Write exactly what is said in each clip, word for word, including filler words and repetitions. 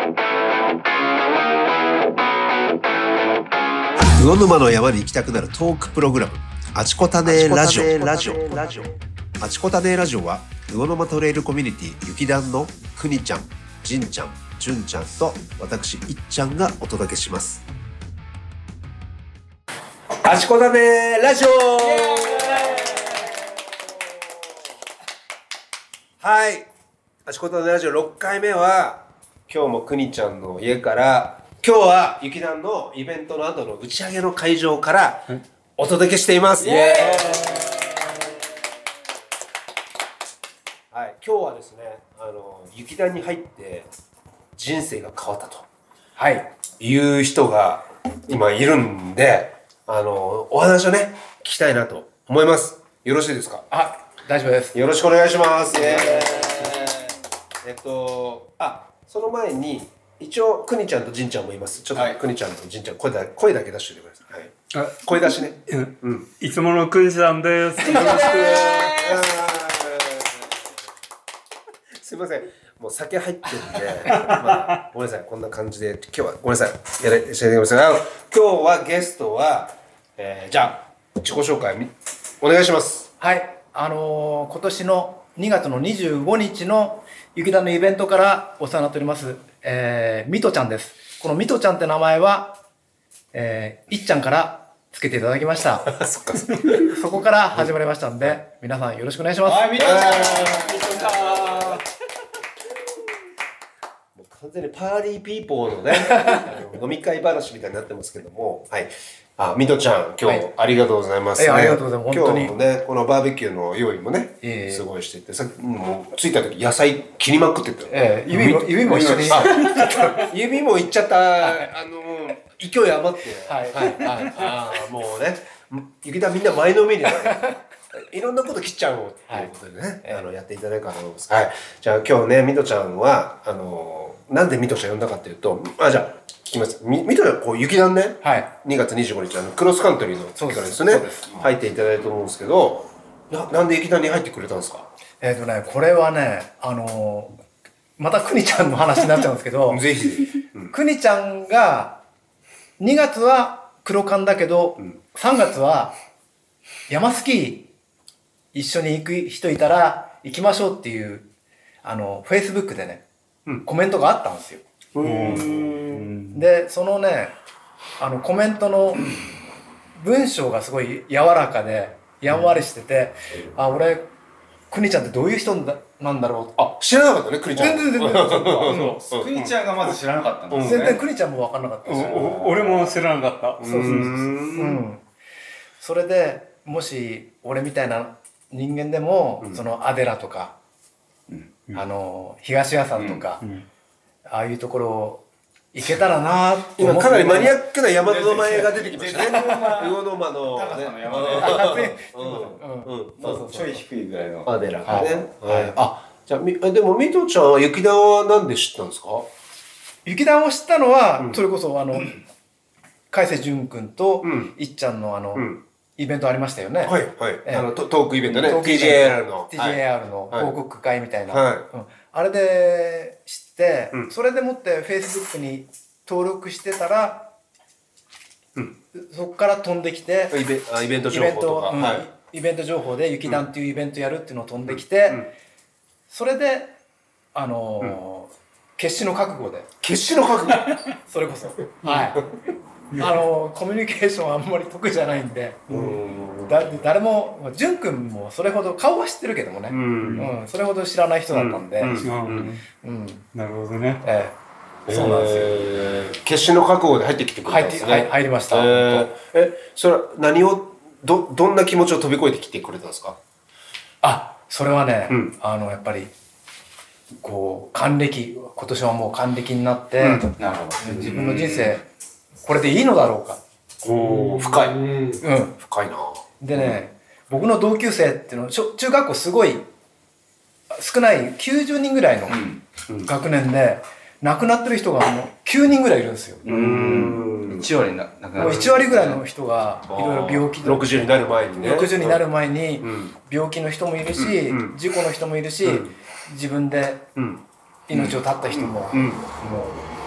魚沼の山に行きたくなるトークプログラム、あちこたねラジオ。あちこたねラジオは魚沼トレイルコミュニティ雪団のくにちゃん、じんちゃん、じゅんちゃんと私いっちゃんがお届けします。あちこたねラジオ。はい、あちこたねラジオろっかいめは今日もくにちゃんの家から、今日は雪団のイベントの後の打ち上げの会場からお届けしています。イエーイ。はい、今日はですね、あの雪団に入って人生が変わったと、はい、いう人が今いるんで、あのお話をね聞きたいなと思います。よろしいですか？ あ、大丈夫です。 よろしくお願いします。イエーイ。えっとあ、その前に一応くにちゃんとじんちゃんもいます。ちょっとくにちゃんとじんちゃん声だ声だけ出しておいてください。はい。声出しね。 うん。うん、いつものくにちゃんです。よろしく。 すいません。もう酒入ってるんで、まあ、ごめんなさい。こんな感じで今日はごめんなさい。やれしてください。今日はゲストは、えー、じゃあ自己紹介お願いします。 はい。あのー、今年のにがつのにじゅうごにちの雪団のイベントからお世話になっております。えー、みとちゃんです。このみとちゃんって名前は、えー、いっちゃんからつけていただきました。そっかそっか。そこから始まりましたんで、皆さんよろしくお願いします。はい、みとちゃん。みとちゃん。 もう完全にパーティーピーポーのね、飲み会話みたいになってますけども、はい。あ、みとちゃん、今日ありがとうございます、ね。 はい、ありがとうございます。本当に。 今日もね、このバーベキューの用意もね、えー、すごいしてて、さっきもう着いた時野菜切りまくってたよ。 えー、指も指も一緒に。 指もいっちゃった、はい、あの勢い余って、 はいはいはい。 ああもうね、雪団みんな前のめりで、ね、いろんなこと切っちゃうということでね、はい、あのやっていただけたらと思います。はい。じゃあ今日ね、みとちゃんはあのなんでみとちゃん呼んだかっていうと、あじゃあ。聞きます。み、みとちゃんこう雪団ね、はい、にがつにじゅうごにちあのクロスカントリーの時からですね、入っていただいたと思うんですけど、な、なんで雪団に入ってくれたんですか？ えっとね、これはね、あのー、またくにちゃんの話になっちゃうんですけど、 ぜひぜひ。 うん、くにちゃんがにがつは黒缶だけど、うん、さんがつは山スキー一緒に行く人いたら行きましょうっていうあのフェイスブックでね、うん、コメントがあったんですよ。うーんでそのねあのコメントの文章がすごい柔らかでやんわりしてて、うん、あ俺くにちゃんってどういう人なんだろう。 あ知らなかったねくにちゃん。 全然全然くにちゃんがまず知らなかったんですね。全然くにちゃんも分からなかったです。 俺も知らなかった。 そうそうそうそう。うんそれでもし俺みたいな人間でも、うん、そのアデラとか、うん、あの東屋さんとか、うんうん、ああいうところを行けたらなーって今かなりマニアックな山の名前が出てきましたね。魚沼の高さの山のちょい低いぐらいのアデラがね。あじゃあでもみとちゃんは雪団はなんで知ったんですか？ 雪団を知ったのはそれこそあの海瀬淳君といっちゃんのあのイベントありましたよね。 はいはい。あのトークイベントね。ティージェーアール のティージェーアール の報告会みたいな。あれで知って、うん、それでもって Facebook に登録してたら、うん、そこから飛んできてイ ベ, イベント情報とか、 うんはい、イベント情報で雪団っていうイベントやるっていうのを飛んできて、うん、それであのーうん、決死の覚悟で決死の覚悟それこそはいあのー、コミュニケーションあんまり得意じゃないんで、うんだ誰も淳君もそれほど顔は知ってるけどもね、うんうん、それほど知らない人だったんで、うんうんうん、なるほどね、 ええ、そうなんですよ、 えー、決死の覚悟で入ってきてくれたんですね。 入って、入りました。 えー、えそれは何をどどんな気持ちを飛び越えてきてくれたんですか？ あそれはね、うん、あのやっぱりこう還暦今年はもう還暦になって、うん、なるほど自分の人生これでいいのだろうか。 お深い、うん、深いな。 でね、うん、僕の同級生っていうの中学校すごい少ないきゅうじゅうにんぐらいの学年で、うん、亡くなってる人がもうきゅうにんぐらいいるんですよ。うーんいちわりな亡くなってる。 もういちわりぐらいの人がいろいろ病気でろくじゅうになる前にねろくじゅうになる前に病気の人もいるし、うん、事故の人もいるし、うん、自分で命を絶った人も、うん、もう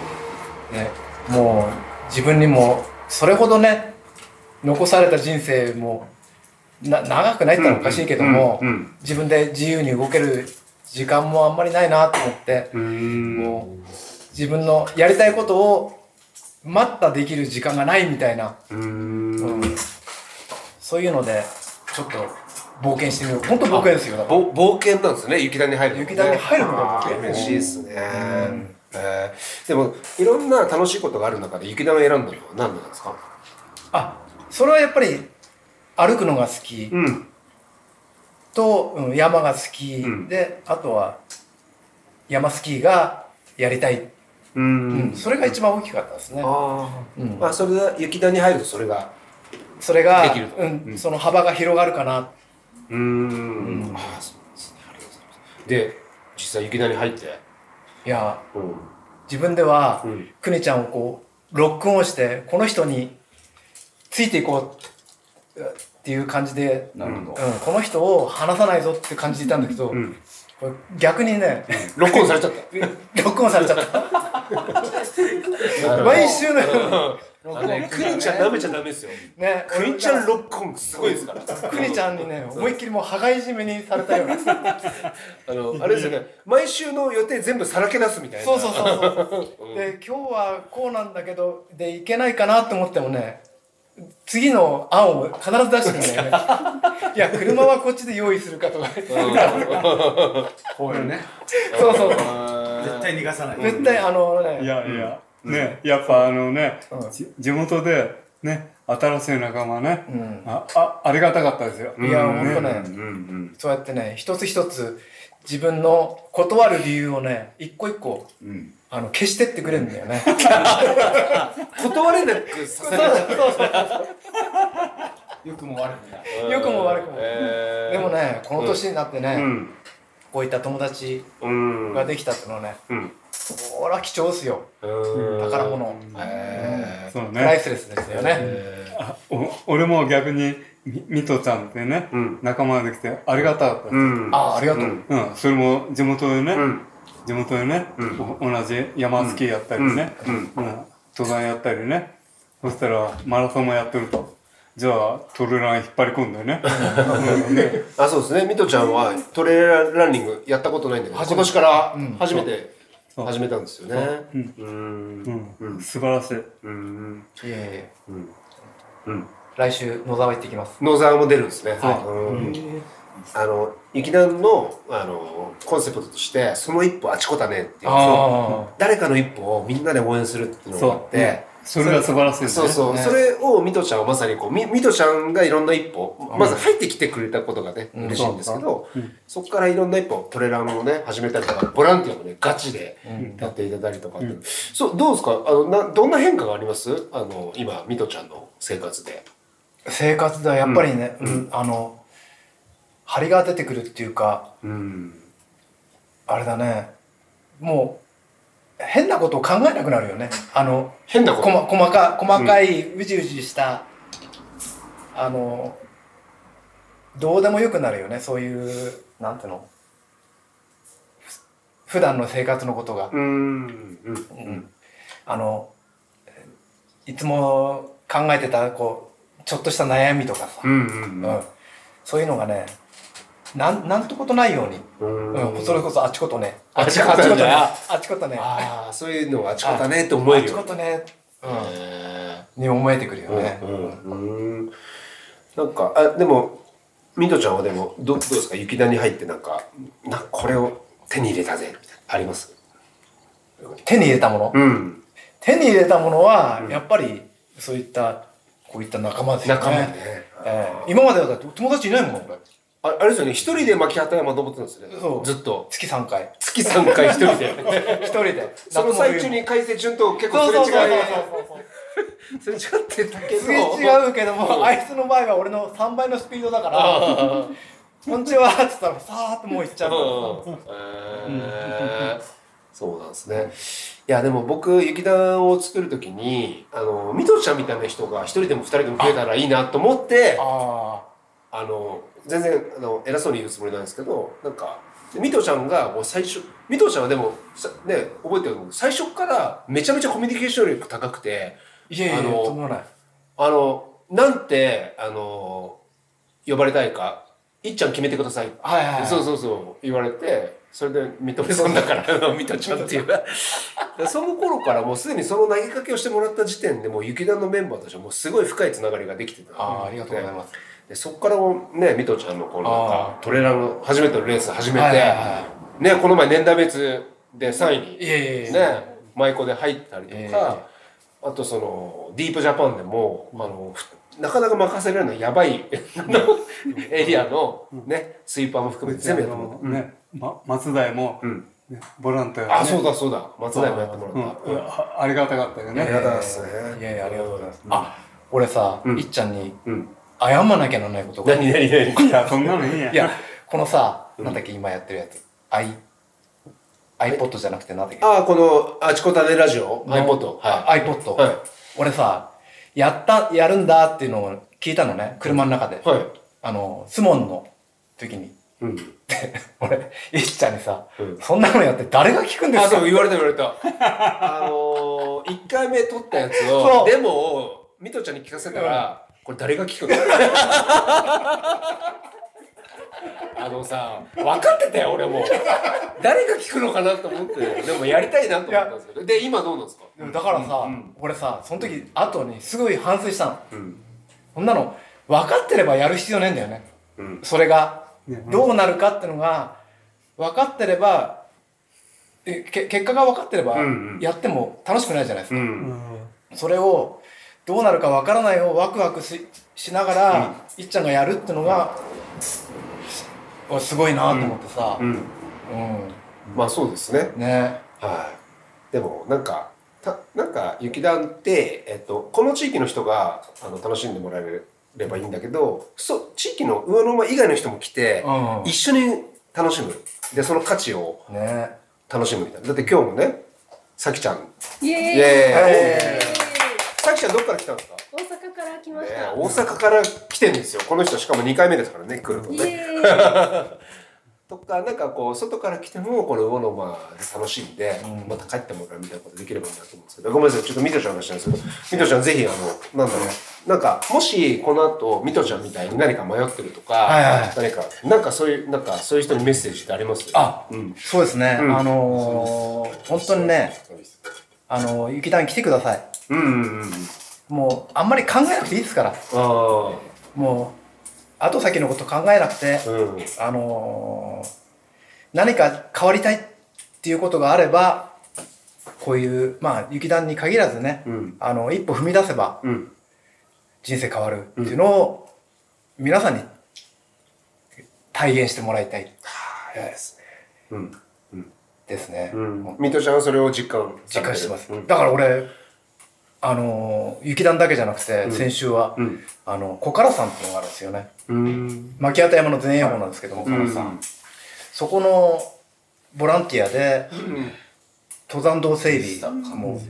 ね、もう自分にもそれほどね残された人生もな長くないってのはおかしいけども、 うんうんうん、 自分で自由に動ける時間もあんまりないなと思って、 うーんもう自分のやりたいことを待ったできる時間がないみたいな、 うーん、 うん、そういうのでちょっと冒険してみよう。本当冒険ですよ。だから冒険なんですね、雪谷に入るの、ね、 雪谷に入るのが冒険。 嬉しいですね、うんえー、でもいろんな楽しいことがある中で雪谷を選んだのは何でなんですか？ あ、それはやっぱり歩くのが好き、 うん、 と、うん、山が好き、うん、であとは山スキーがやりたい、 うんうん、 それが一番大きかったですね。 あ、うん、まあそれが雪谷に入るとそれがそれができると、 うんうん、その幅が広がるかな。 うーん、うん、ああそうですね、ありがとうございます。で実際雪谷に入っていや、 うん、 自分では、 うん、 くにちゃんをこうロックオンしてこの人についていこうっていう感じで、 なるほど、 うん、この人を離さないぞって感じていたんだけど、うん、これ逆にね、 ロックオンされちゃったロックオンされちゃった毎週のようにくにちゃん舐めちゃダメですよ。ね、くにちゃんロックオンすごいですから。 くにちゃんにね、思いっきりもう羽交い締めにされたような。 あの、あれですよね、毎週の予定全部さらけ出すみたいな。 そうそうそうそう。で、今日はこうなんだけど、で、いけないかなと思ってもね、次の案を必ず出してくるんだよね。いや、車はこっちで用意するかとか。 こういうね。 そうそうそう。 絶対逃がさない。 絶対、あのね。 いやいや。ね、やっぱあのね、うん、地元でね、新しい仲間ね、うん、あ, あ, ありがたかったですよ。 いや、ほんとね、うんうん、そうやってね、一つ一つ自分の断る理由をね、一個一個、うん、あの消してってくれるんだよね。 断れなくさせる。 良くも悪くも。 良くも悪くも。えー、でもね、この年になってね、うん、こういった友達ができたっていうのはね、うん、これは貴重ですよ。宝物。そうね。プライスレスですよね。 あお俺も逆にみとちゃんってね、うん、仲間ができてありがたかった。 うん、ああ、ありがとう。 うん、それも地元でね、うん、地元でね、うん、同じ山スキーやったりね、うんうんうん、登山やったりね、そしたらマラソンもやってると。じゃあトレーラー引っ張り込んでね。 あ、そうですね。みとちゃんはトレーラーランニングやったことないんだけど、今年から初めて始めたんですよね。うん、 うん、素晴らしい。うん、 いえいえ。うん。来週野沢行ってきます。 野沢も出るんですね。はい。あの雪団のあのコンセプトとしてその一歩あちこたねっていう、誰かの一歩をみんなで応援するっていうのがあって。 それが素晴らしいですね。 そうそう、ね、それをみとちゃんはまさにこうみみとちゃんがいろんな一歩、うん、まず入ってきてくれたことがね、うん、嬉しいんですけど、うん、そこからいろんな一歩トレランをね始めたりとかボランティアもねガチでやっていただいたりとか、うん、そうどうですか、あのなどんな変化があります？あの今みとちゃんの生活で。 生活ではやっぱりね、うんうん、あの張りが出てくるっていうか、うん、あれだね、もう。変なことを考えなくなるよね。あの変なこと、 こま、細か細かいうじうじした、うん、あのどうでもよくなるよね。そういうなんていうの、普段の生活のことが、うんうんうん、あのいつも考えてたこうちょっとした悩みとかさ、うんうんうんうん、そういうのがね。なん、なんとことないように、うん、それこそあちことね、 あちこたね、 あちことね、 ああ、そういうのがあちこたねって思えるよ。 あちことね、うん、に思えてくるよね。 なんか、あ、でも、みとちゃんはでも、ど、どうですか、雪谷に入ってなんか、な、これを手に入れたぜ、みたいな、あります？ 手に入れたもの？うん。手に入れたものは、やっぱり、そういった、こういった仲間ですよね。仲間ね。えー、今まではだって友達いないもん、俺。 あ, あれですよね、一人で牧畑山登ってるんですね。そう。ずっと。 月さんかい。 月さんかい一人で。 一人で。 その最中に海星順と結構すれ違い。すれ違ってたけど。 すれ違うけども、あいつの場合は俺のさんばいのスピードだから、こんにちはって言ったら、さーっともう行っちゃう。 えー、そうなんですね。いや、でも僕、雪団を作るときに、あの、みとちゃんみたいな人が一人でも二人でも増えたらいいなと思って、ああの、全然あの偉そうに言うつもりなんですけど、なんかでミトちゃんがもう最初ミトちゃんはでもさね覚えてるの最初からめちゃめちゃコミュニケーション力高くていやいやいやとんでもないあのなんてあの呼ばれたいかいっちゃん決めてくださいって、 はいはいはい、 そうそうそう言われてそれで認めそうだからミトちゃんっていうその頃からもうすでにその投げかけをしてもらった時点でもう雪団のメンバーとしてはもうすごい深いつながりができてた。 あありがとうございます。 でそこからもねミトちゃんのこのなんかトレランの初めてのレース始めて、 はいはいはい、 ねこの前年代別でさんいにいやいやいやね舞妓で入ったりとか、いやいやあとそのディープジャパンでもあのなかなか任せられないやばいエリアのねスイーパーも含めて全部やってもらった。 ね、ま、松台も、 うんね、ボランティア、ね、 あそうだそうだ松台もやってもらった。 うん、あ, ありがたかったよね。 ありがたかったですね。 いやいやありがとうございます。うん、あ俺さ、うん、いっちゃんに謝らなきゃならないことが。何何何いやそんなのいいや。 いやこのさ、なんだっけ今やってるやつ。アイ iPod じゃなくてなんだっけ。 ああこのあちこたねラジオ iPod。 はい。iPod。はい。俺さやったやるんだっていうのを聞いたのね車の中で。はい。あのスモンの時に。うん、俺いっちゃんにさ、うん、そんなのやって誰が聞くんですか。 あそう言われた言われたあのー、いっかいめ撮ったやつをデモをミトちゃんに聞かせたら、うん、これ誰が聞くのあのさ分かってたよ俺も誰が聞くのかなと思ってでもやりたいなと思ったんですけどで今どうなんですか。 だからさ、うん、俺さその時後にすごい反省したの、うん、そんなの分かってればやる必要ないんだよね、うん、それがどうなるかってのが分かってればえけ結果が分かってればやっても楽しくないじゃないですか、うんうん、それをどうなるか分からないをワクワク し, しながら、うん、いっちゃんがやるってのがすごいなと思ってさ、うんうんうん、 まあそうですね。 ね、 はい。でもなんかたなんか雪団って、えっと、この地域の人があの楽しんでもらえるればいいんだけど、そ地域の魚沼以外の人も来て、うん、一緒に楽しむでその価値を楽しむみたいな。だって今日もねさきちゃんイエーイイエーイさきちゃんどっから来たんですか。 大阪から来ました、 ね、大阪から来てるんですよこの人。しかもにかいめですからね来るのねとかなんかこう外から来てもこの魚沼で楽しんで、うん、また帰ってもらうみたいなことできればいいなと思うんですけど、ごめんなさいちょっとミトちゃんの話なんですけど、ミトちゃんぜひあのなんだろうなんかもしこの後ミトちゃんみたいに何か迷ってるとか、はいはい、何かなんかそういうなんかそういう人にメッセージってあります？ あ、うん、そうですね、うん、あのー、本当にねあの雪団来てください。うんうんうん、もうあんまり考えなくていいですから。あもう後先のこと考えなくて、うん、あのー、何か変わりたいっていうことがあればこういうまあ雪団に限らずね、うん、あの一歩踏み出せば、うん、人生変わるっていうのを皆さんに体現してもらいたい、うん、ですね。うんうん、ですね。 ミトちゃんはそれを実感実感してます。うん、だから俺あの雪団だけじゃなくて、うん、先週は、うん、あの小唐山っていうのがあるんですよね。牧畑山の前衛峰なんですけども、小唐山、そこのボランティアで、うん、登山道整備も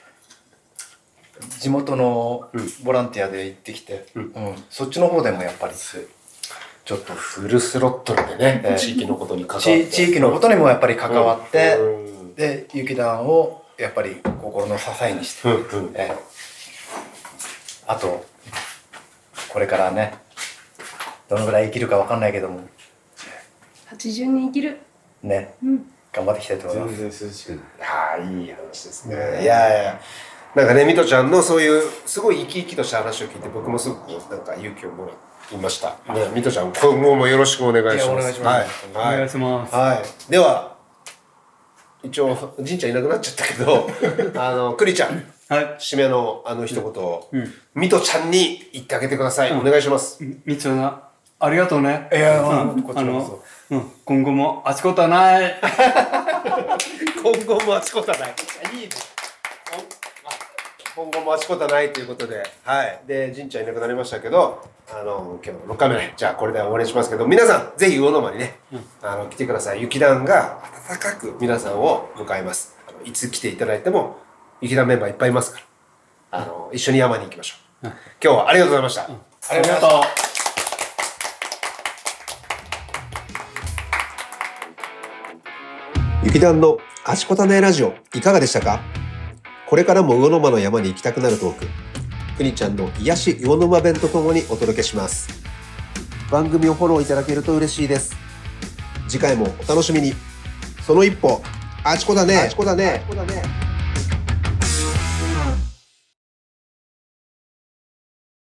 地元のボランティアで行ってきて、うんうん、そっちの方でもやっぱりちょっとフルスロットルでね、えー、地域のことに関わって地域のことにもやっぱり関わって、うん、で雪団をやっぱり心の支えにして、うんうんえー、あとこれからねどのぐらい生きるか分かんないけどもはちじゅうねん生きるね、うん、頑張っていきたいと思います。 全然涼しくああいい話ですね、うん、いやいやなんかねミトちゃんのそういうすごい生き生きとした話を聞いて僕もすごくなんか勇気をもらいました、ね、ミトちゃん今後もよろしくお願いします。 いやお願いします、 はい、お願いします、 はい、では一応じんちゃんいなくなっちゃったけどあのクリちゃん、はい、締めのあの一言を、うん、ミトちゃんに言ってあげてください、うん、お願いします。 みちょなありがとうね。 いや、うん、こっちもそう、 うん、今後もあちこたない今後もあちこたないいいね今後もあちこたないということで、はい。で、じんちゃんいなくなりましたけど、あの、今日のろっかいめね、じゃあこれで終わりにしますけど、皆さん、ぜひ魚沼にね、うん、あの、来てください。雪団が温かく皆さんを迎えます。あのいつ来ていただいても、雪団メンバーいっぱいいますから、あの、一緒に山に行きましょう。うん、今日はありがとうございました。うん、 ありがとうございました。 劇団のあちこたねラジオいかがでしたか？これからも魚沼の山に行きたくなるトーク、くにちゃんの癒し魚沼弁とともにお届けします。番組をフォローいただけると嬉しいです。次回もお楽しみに。その一歩あちこだね。あちこだね。